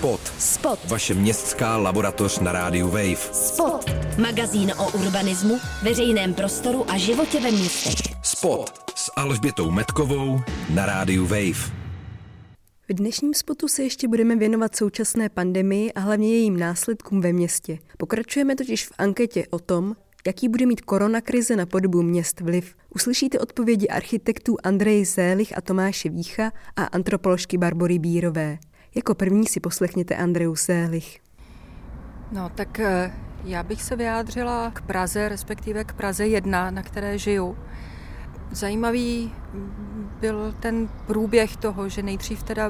Spot. Vaše městská laboratoř na rádiu Wave. Spot. Magazín o urbanismu, veřejném prostoru a životě ve městech. Spot s Alžbětou Metkovou na rádiu Wave. V dnešním spotu se ještě budeme věnovat současné pandemii a hlavně jejím následkům ve městě. Pokračujeme totiž v anketě o tom, jaký bude mít koronakrize na podobu měst vliv. Uslyšíte odpovědi architektů Andreje Zélich a Tomáše Vícha a antropoložky Barbory Bírové. Jako první si poslechněte Andreu Zélich. No tak já bych se vyjádřila k Praze, respektive k Praze 1, na které žiju. Zajímavý byl ten průběh toho, že nejdřív teda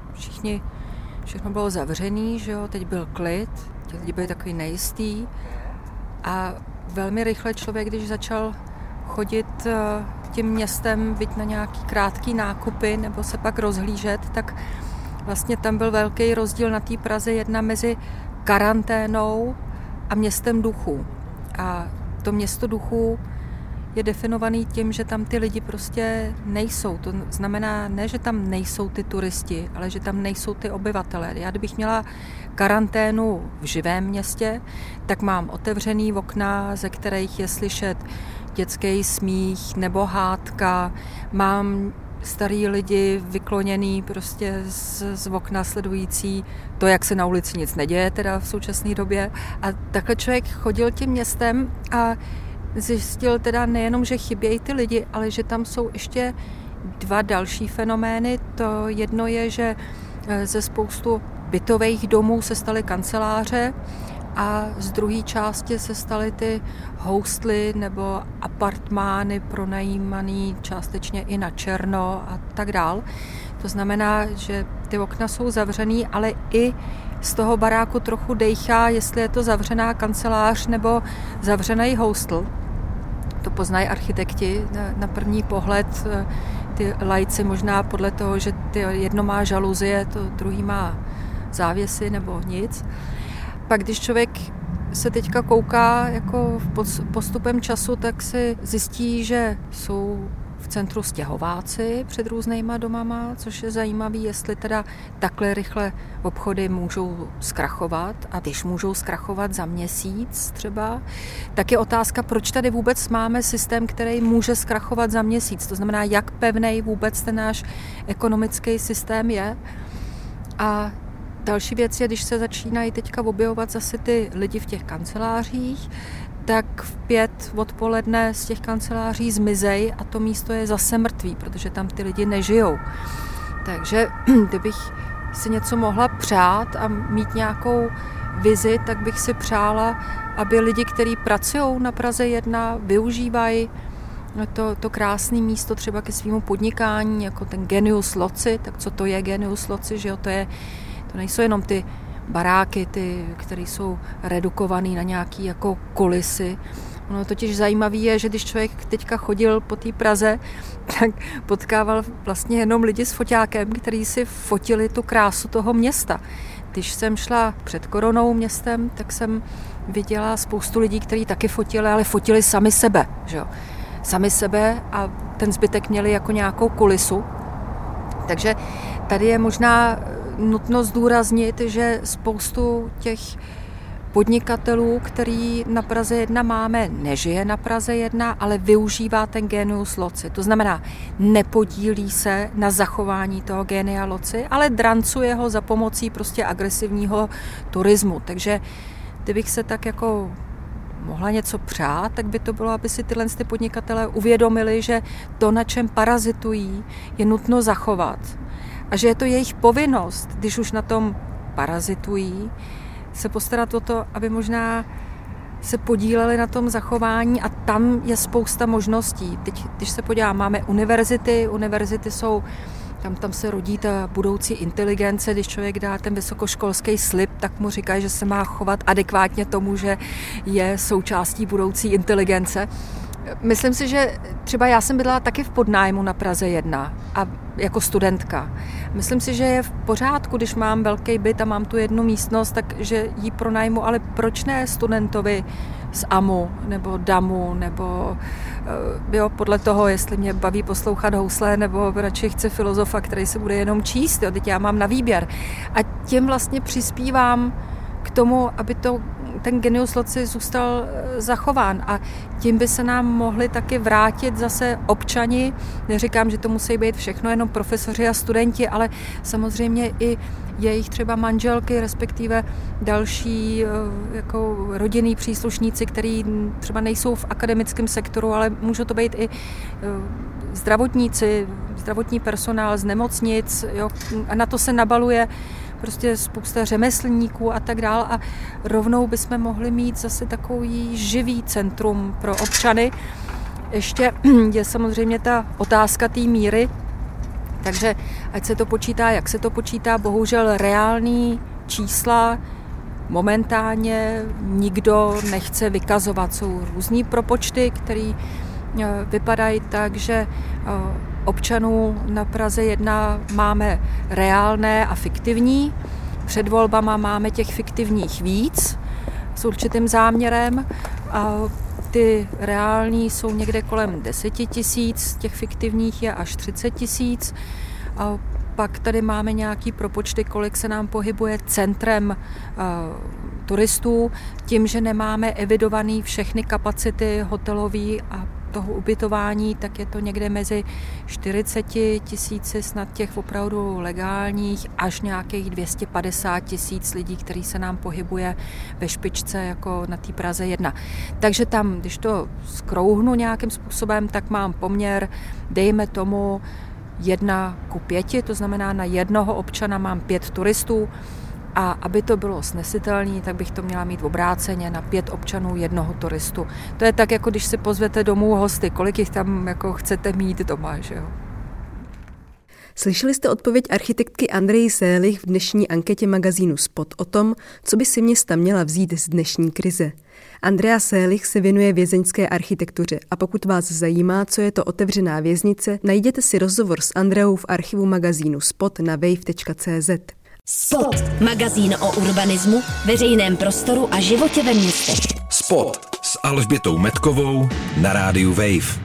všechno bylo zavřený, že jo, teď byl klid, ti lidi byli takový nejistý a velmi rychle člověk, když začal chodit tím městem, byť na nějaký krátký nákupy nebo se pak rozhlížet, tak vlastně tam byl velký rozdíl na té Praze 1 mezi karanténou a městem duchů. A to město duchů je definovaný tím, že tam ty lidi prostě nejsou. To znamená ne, že tam nejsou ty turisti, ale že tam nejsou ty obyvatelé. Já kdybych měla karanténu v živém městě, tak mám otevřený okna, ze kterých je slyšet dětský smích nebo hádka. Mám starý lidi vykloněný prostě z okna sledující to, jak se na ulici nic neděje teda v současné době. A takhle člověk chodil tím městem a zjistil teda nejenom, že chybějí ty lidi, ale že tam jsou ještě dva další fenomény. To jedno je, že ze spoustu bytových domů se staly kanceláře a z druhé části se staly ty hostly nebo apartmány pronajímaný částečně i na černo a tak dál. To znamená, že ty okna jsou zavřený, ale i z toho baráku trochu dejchá, jestli je to zavřená kancelář nebo zavřený hostl. To poznají architekti na první pohled, ty lajci možná podle toho, že jedno má žaluzie, to druhý má závěsy nebo nic. Pak když člověk se teďka kouká jako postupem času, tak si zjistí, že jsou v centru stěhováci před různýma domama, což je zajímavý, jestli teda takhle rychle obchody můžou zkrachovat a když můžou zkrachovat za měsíc třeba, tak je otázka, proč tady vůbec máme systém, který může zkrachovat za měsíc. To znamená, jak pevnej vůbec ten náš ekonomický systém je. A další věc je, když se začínají teďka objevovat zase ty lidi v těch kancelářích, tak v 5 odpoledne z těch kanceláří zmizej a to místo je zase mrtvý, protože tam ty lidi nežijou. Takže kdybych si něco mohla přát a mít nějakou vizi, tak bych si přála, aby lidi, kteří pracují na Praze 1, využívají to krásné místo třeba ke svému podnikání, jako ten genius loci. Tak co to je genius loci, že jo? To nejsou jenom ty baráky, které jsou redukované na nějaké jako kulisy. Ono totiž zajímavé je, že když člověk teďka chodil po té Praze, tak potkával vlastně jenom lidi s foťákem, kteří si fotili tu krásu toho města. Když jsem šla před koronou městem, tak jsem viděla spoustu lidí, kteří taky fotili, ale fotili sami sebe. Že jo? Sami sebe a ten zbytek měli jako nějakou kulisu. Takže tady je možná nutno zdůraznit, že spoustu těch podnikatelů, který na Praze 1 máme, nežije na Praze 1, ale využívá ten genius loci. To znamená, nepodílí se na zachování toho genia loci, ale drancuje ho za pomocí prostě agresivního turismu. Takže kdybych se tak jako mohla něco přát, tak by to bylo, aby si tyhle podnikatelé uvědomili, že to, na čem parazitují, je nutno zachovat. A že je to jejich povinnost, když už na tom parazitují, se postarat o to, aby možná se podíleli na tom zachování a tam je spousta možností. Teď, když se podívám, máme univerzity jsou, tam se rodí ta budoucí inteligence, když člověk dá ten vysokoškolský slib, tak mu říkají, že se má chovat adekvátně tomu, že je součástí budoucí inteligence. Myslím si, že třeba já jsem bydlela taky v podnájmu na Praze 1 a jako studentka. Myslím si, že je v pořádku, když mám velký byt a mám tu jednu místnost, takže ji pronajmu, ale proč ne studentovi z AMU nebo DAMu nebo podle toho, jestli mě baví poslouchat housle nebo radši chce filozofa, který se bude jenom číst. Teď já mám na výběr. A tím vlastně přispívám k tomu, aby ten genius loci zůstal zachován a tím by se nám mohli taky vrátit zase občani. Neříkám, že to musí být všechno jenom profesoři a studenti, ale samozřejmě i jejich třeba manželky, respektive další jako rodinní příslušníci, kteří třeba nejsou v akademickém sektoru, ale můžou to být i zdravotníci, zdravotní personál z nemocnic, jo, a na to se nabaluje prostě spousta řemeslníků a tak dál a rovnou bychom mohli mít zase takový živý centrum pro občany. Ještě je samozřejmě ta otázka té míry, takže ať se to počítá, jak se to počítá, bohužel reální čísla momentálně nikdo nechce vykazovat. Jsou různý propočty, které vypadají tak, že občanů na Praze 1 máme reálné a fiktivní. Před volbama máme těch fiktivních víc s určitým záměrem. A ty reální jsou někde kolem 10 000, těch fiktivních je až 30 000. A pak tady máme nějaký propočty, kolik se nám pohybuje centrem turistů. Tím, že nemáme evidované všechny kapacity hotelové a toho ubytování, tak je to někde mezi 40 000 snad těch opravdu legálních až nějakých 250 000 lidí, který se nám pohybuje ve špičce jako na té Praze 1. Takže tam, když to skrouhnu nějakým způsobem, tak mám poměr, dejme tomu 1:5, to znamená na jednoho občana mám 5 turistů a aby to bylo snesitelné, tak bych to měla mít obráceně na 5 občanů jednoho turistu. To je tak, jako když si pozvete domů hosty, kolik jich tam jako chcete mít doma, že jo? Slyšeli jste odpověď architektky Andreji Seelich v dnešní anketě magazínu Spot o tom, co by si města měla vzít z dnešní krize. Andrea Seelich se věnuje vězeňské architektuře a pokud vás zajímá, co je to otevřená věznice, najděte si rozhovor s Andreou v archivu magazínu Spot na wave.cz. Spot. Magazín o urbanismu, veřejném prostoru a životě ve městech. Spot s Alžbětou Metkovou na rádiu Wave.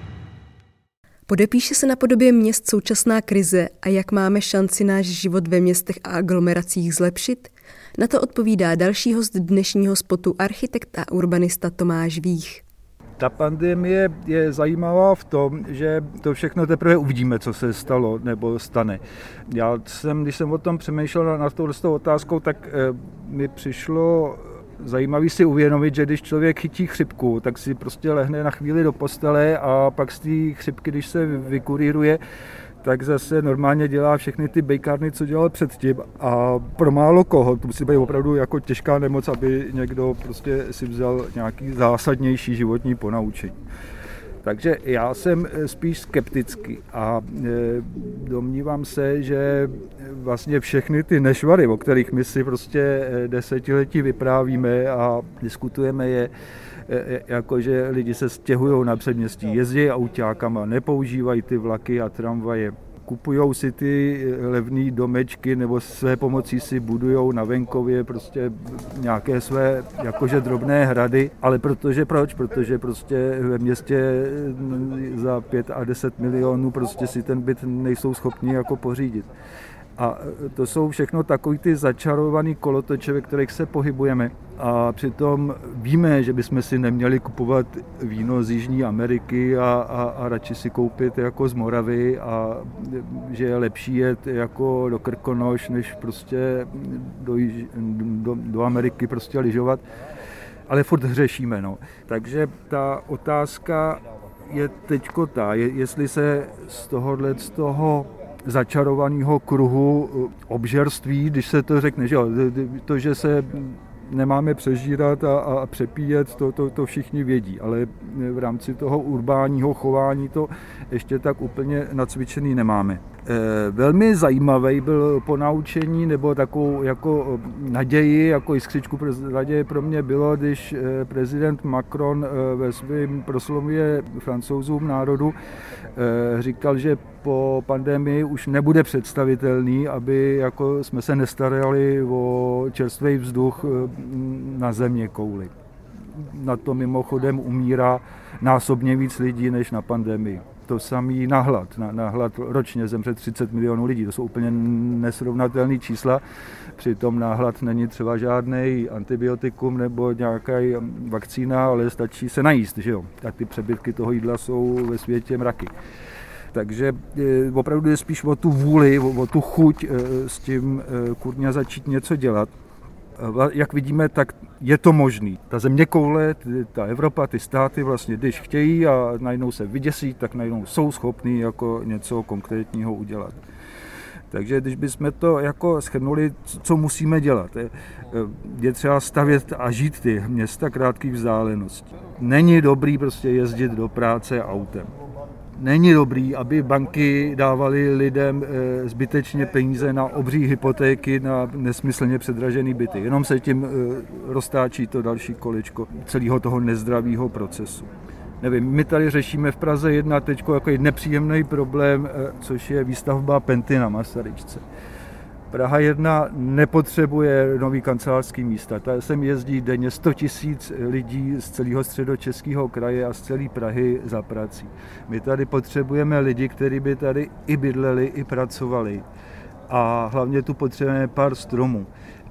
Podepíše se na podobě měst současná krize a jak máme šanci náš život ve městech a aglomeracích zlepšit? Na to odpovídá další host dnešního spotu, architekt a urbanista Tomáš Vích. Ta pandemie je zajímavá v tom, že to všechno teprve uvidíme, co se stalo nebo stane. Když jsem o tom přemýšlel nad touto otázkou, tak mi přišlo zajímavý si uvědomit, že když člověk chytí chřipku, tak si prostě lehne na chvíli do postele a pak z té chřipky, když se vykuríruje, tak zase normálně dělá všechny ty bejkárny, co dělal předtím a pro málo koho, to musí být opravdu jako těžká nemoc, aby někdo prostě si vzal nějaký zásadnější životní ponaučení. Takže já jsem spíš skeptický a domnívám se, že vlastně všechny ty nešvary, o kterých my si prostě desetiletí vyprávíme a diskutujeme je, jakože lidi se stěhují na předměstí, jezdí autákama, nepoužívají ty vlaky a tramvaje, kupujou si ty levné domečky nebo své pomocí si budujou na venkově prostě nějaké své jakože drobné hrady, ale proč? Protože prostě ve městě za 5 a 10 milionů prostě si ten byt nejsou schopni jako pořídit. A to jsou všechno takový ty začarovaný kolotoče, ve kterých se pohybujeme. A přitom víme, že bychom si neměli kupovat víno z Jižní Ameriky a radši si koupit jako z Moravy a že je lepší jet jako do Krkonoš, než prostě do Ameriky prostě lyžovat. Ale furt hřešíme, no. Takže ta otázka je teďko jestli se z toho začarovaného kruhu obžerství, když se to řekne, že jo, to, že se nemáme přežírat a přepíjet, to všichni vědí, ale v rámci toho urbánního chování to ještě tak úplně nacvičený nemáme. Velmi zajímavý byl ponaučení nebo takovou jako naději, jako jiskřičku naděje pro mě bylo, když prezident Macron ve svém proslově Francouzům národu říkal, že po pandemii už nebude představitelný, aby jako jsme se nestarali o čerstvý vzduch na země kouli. Na to mimochodem umírá násobně víc lidí než na pandemii. To samý na hlad. Na hlad ročně zemře 30 milionů lidí. To jsou úplně nesrovnatelné čísla. Přitom na hlad není třeba žádný antibiotikum nebo nějaká vakcína, ale stačí se najíst, že jo? A ty přebytky toho jídla jsou ve světě mraky. Takže opravdu je spíš o tu vůli, o tu chuť s tím kurňa začít něco dělat. Jak vidíme, tak je to možný. Ta zeměkoule, ta Evropa, ty státy vlastně, když chtějí a najednou se vyděsí, tak najednou jsou schopní jako něco konkrétního udělat. Takže když bychom to jako shrnuli, co musíme dělat, je třeba stavět a žít ty města krátkých vzdáleností. Není dobrý prostě jezdit do práce autem. Není dobrý, aby banky dávaly lidem zbytečně peníze na obří hypotéky, na nesmyslně předražený byty. Jenom se tím roztáčí to další kolečko celého toho nezdravého procesu. Nevím, my tady řešíme v Praze 1 teď jako nepříjemný problém, což je výstavba Penty na Masaryčce. Praha 1 nepotřebuje nový kancelářský místa. Tady sem jezdí denně 100 000 lidí z celého středočeského kraje a z celé Prahy za prací. My tady potřebujeme lidi, kteří by tady i bydleli, i pracovali. A hlavně tu potřebujeme pár stromů.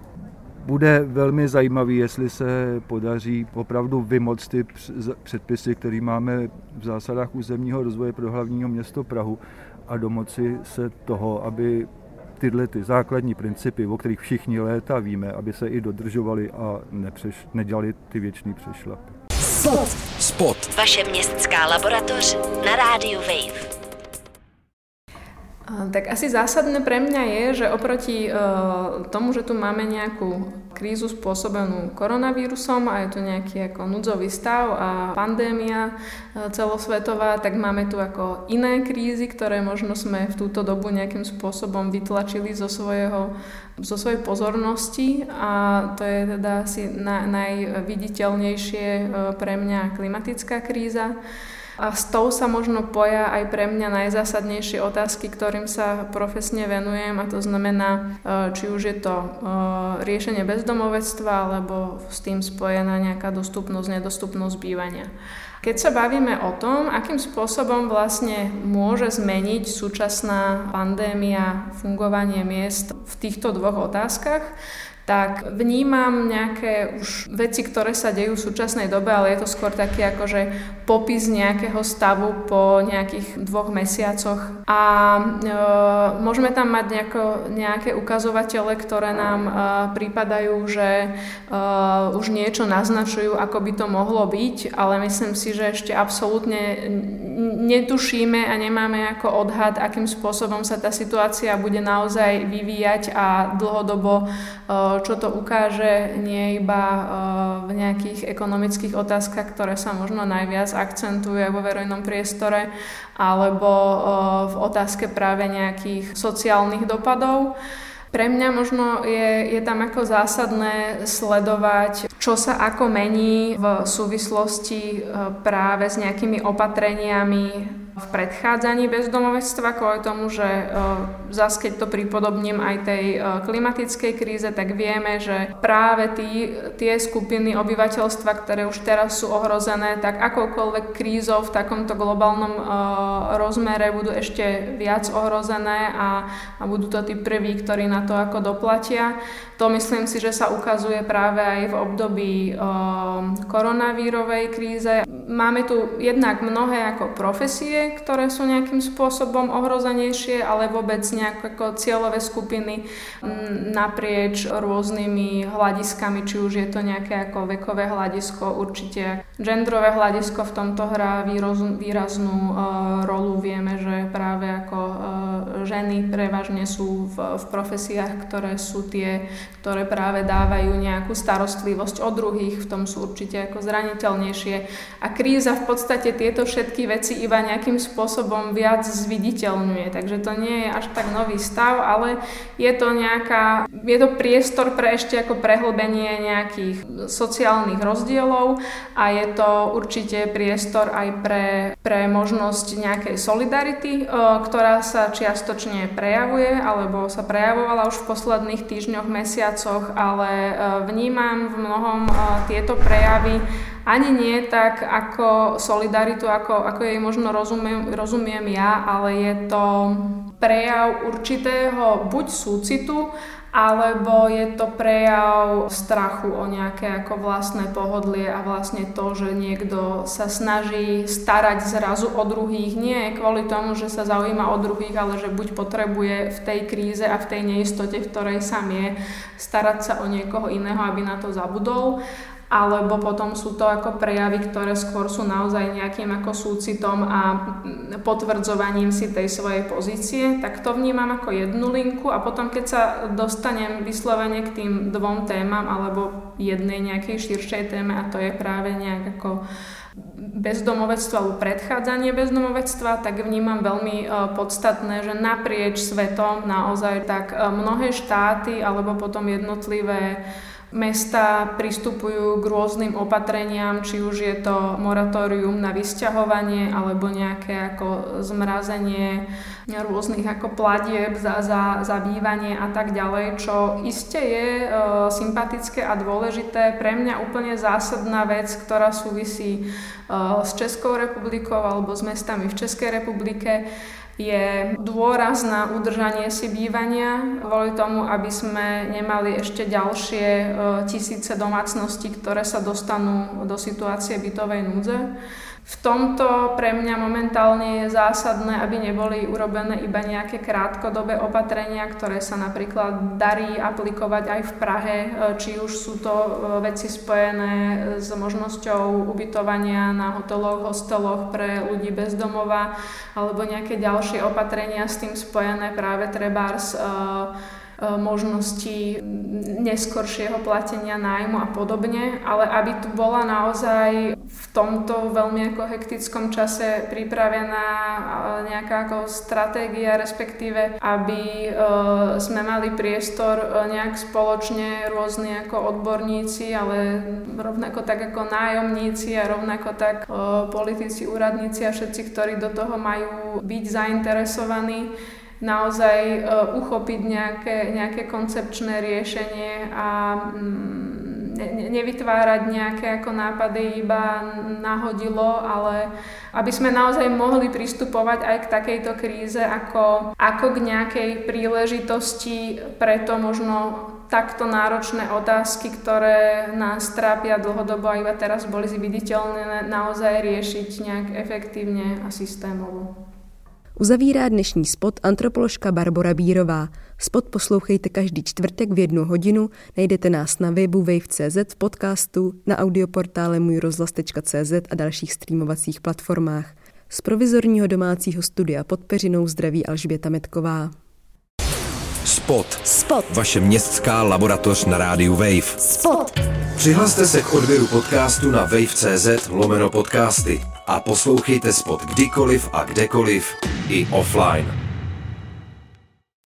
Bude velmi zajímavý, jestli se podaří opravdu vymoct ty předpisy, které máme v zásadách územního rozvoje pro hlavního město Prahu a domoci se toho, aby tyhle ty základní principy, o kterých všichni léta víme, aby se i dodržovaly a nedělali ty věčný přešlapy. Spot. Vaše městská laboratoř na rádiu Wave. Tak asi zásadné pre mňa je, že oproti tomu, že tu máme nejakú krízu spôsobenú koronavírusom a je tu nejaký ako núdzový stav a pandémia celosvetová, tak máme tu ako iné krízy, ktoré možno sme v túto dobu nejakým spôsobom vytlačili zo svojej pozornosti a to je teda asi najviditeľnejšie pre mňa klimatická kríza. A s tou sa možno poja aj pre mňa najzásadnejšie otázky, ktorým sa profesne venujem, a to znamená, či už je to riešenie bezdomovectva, alebo s tým spojená nejaká dostupnosť, nedostupnosť bývania. Keď sa bavíme o tom, akým spôsobom vlastne môže zmeniť súčasná pandémia fungovanie miest v týchto dvoch otázkach, tak vnímam nejaké už veci, ktoré sa dejú v súčasnej dobe, ale je to skôr taký akože popis nejakého stavu po nejakých 2 mesiacoch. A môžeme tam mať nejaké ukazovatele, ktoré nám pripadajú, že už niečo naznačujú, ako by to mohlo byť, ale myslím si, že ešte absolútne netušíme a nemáme ako odhad, akým spôsobom sa tá situácia bude naozaj vyvíjať a dlhodobo čo to ukáže nie iba v nejakých ekonomických otázkach, ktoré sa možno najviac akcentujú vo verejnom priestore, alebo v otázke práve nejakých sociálnych dopadov. Pre mňa možno je tam ako zásadné sledovať, čo sa ako mení v súvislosti práve s nejakými opatreniami v predchádzaní bezdomovectva, kvôli tomu, že zase keď to pripodobním aj tej klimatickej kríze, tak vieme, že práve tie skupiny obyvateľstva, ktoré už teraz sú ohrozené, tak akoukoľvek krízou v takomto globálnom rozmere budú ešte viac ohrozené a budú to tí prví, ktorí na to ako doplatia. To myslím si, že sa ukazuje práve aj v období koronavírovej kríze. máme tu jednak mnohé ako profesie, ktoré sú nejakým spôsobom ohrozenejšie, ale vôbec nejak ako cieľové skupiny naprieč rôznymi hľadiskami, či už je to nejaké ako vekové hľadisko, určite genderové hľadisko v tomto hrá výraznú rolu. Vieme, že práve ako ženy prevažne sú v profesiách, ktoré sú tie, ktoré práve dávajú nejakú starostlivosť o druhých, v tom sú určite ako zraniteľnejšie. A kríza v podstate tieto všetky veci iba nejakým spôsobom viac zviditeľňuje. Takže to nie je až tak nový stav, ale je to priestor pre ešte ako prehlbenie nejakých sociálnych rozdielov a je to určite priestor aj pre možnosť nejakej solidarity, ktorá sa čiastočne prejavuje alebo sa prejavovala už v posledných týždňoch, mesiacoch, ale vnímam v mnohom tieto prejavy ani nie tak ako solidaritu, ako jej možno rozumiem ja, ale je to prejav určitého buď súcitu, alebo je to prejav strachu o nejaké ako vlastné pohodlie a vlastne to, že niekto sa snaží starať zrazu o druhých, nie kvôli tomu, že sa zaujíma o druhých, ale že buď potrebuje v tej kríze a v tej neistote, v ktorej sám je, starať sa o niekoho iného, aby na to zabudol. Alebo potom sú to ako prejavy, ktoré skôr sú naozaj nejakým ako súcitom a potvrdzovaním si tej svojej pozície, tak to vnímam ako jednu linku a potom keď sa dostanem vyslovene k tým dvom témam alebo jednej nejakej širšej téme a to je práve nejak ako bezdomovectvo alebo predchádzanie bezdomovectva, tak vnímam veľmi podstatné, že naprieč svetom naozaj tak mnohé štáty alebo potom jednotlivé mestá pristupujú k rôznym opatreniam, či už je to moratórium na vysťahovanie alebo nejaké ako zmrazenie rôznych ako platieb za bývanie a tak ďalej, čo iste je sympatické a dôležité. Pre mňa úplne zásadná vec, ktorá súvisí s Českou republikou alebo s mestami v Českej republike, je dôraz na udržanie si bývania kvôli tomu, aby sme nemali ešte ďalšie tisíce domácností, ktoré sa dostanú do situácie bytovej núdze. V tomto pre mňa momentálne je zásadné, aby neboli urobené iba nejaké krátkodobé opatrenia, ktoré sa napríklad darí aplikovať aj v Prahe, či už sú to veci spojené s možnosťou ubytovania na hoteloch, hosteloch pre ľudí bez domova, alebo nejaké ďalšie opatrenia s tým spojené práve trebárs možnosti neskoršieho platenia nájmu a podobne, ale aby tu bola naozaj v tomto veľmi ako hektickom čase pripravená nejaká ako stratégia, respektíve aby sme mali priestor nejak spoločne rôzni ako odborníci, ale rovnako tak ako nájomníci a rovnako tak politici, úradníci a všetci, ktorí do toho majú byť zainteresovaní, naozaj uchopiť nejaké koncepčné riešenie a nevytvárať nejaké ako nápady iba nahodilo, ale aby sme naozaj mohli pristupovať aj k takejto kríze ako k nejakej príležitosti, preto možno takto náročné otázky, ktoré nás trápia dlhodobo a iba teraz boli viditeľné, naozaj riešiť nejak efektívne a systémovo. Uzavírá dnešní spot antropoložka Barbora Bírová. Spot poslouchejte každý čtvrtek v 1 hodinu, najdete nás na webu wave.cz, v podcastu, na audioportále můjrozhlas.cz a dalších streamovacích platformách. Z provizorního domácího studia pod Peřinou zdraví Alžběta Metková. Spot. Vaše městská laboratoř na rádiu Wave. Spot. Přihlaste se k odběru podcastu na wave.cz/podcasty a poslouchejte Spot kdykoliv a kdekoliv i offline.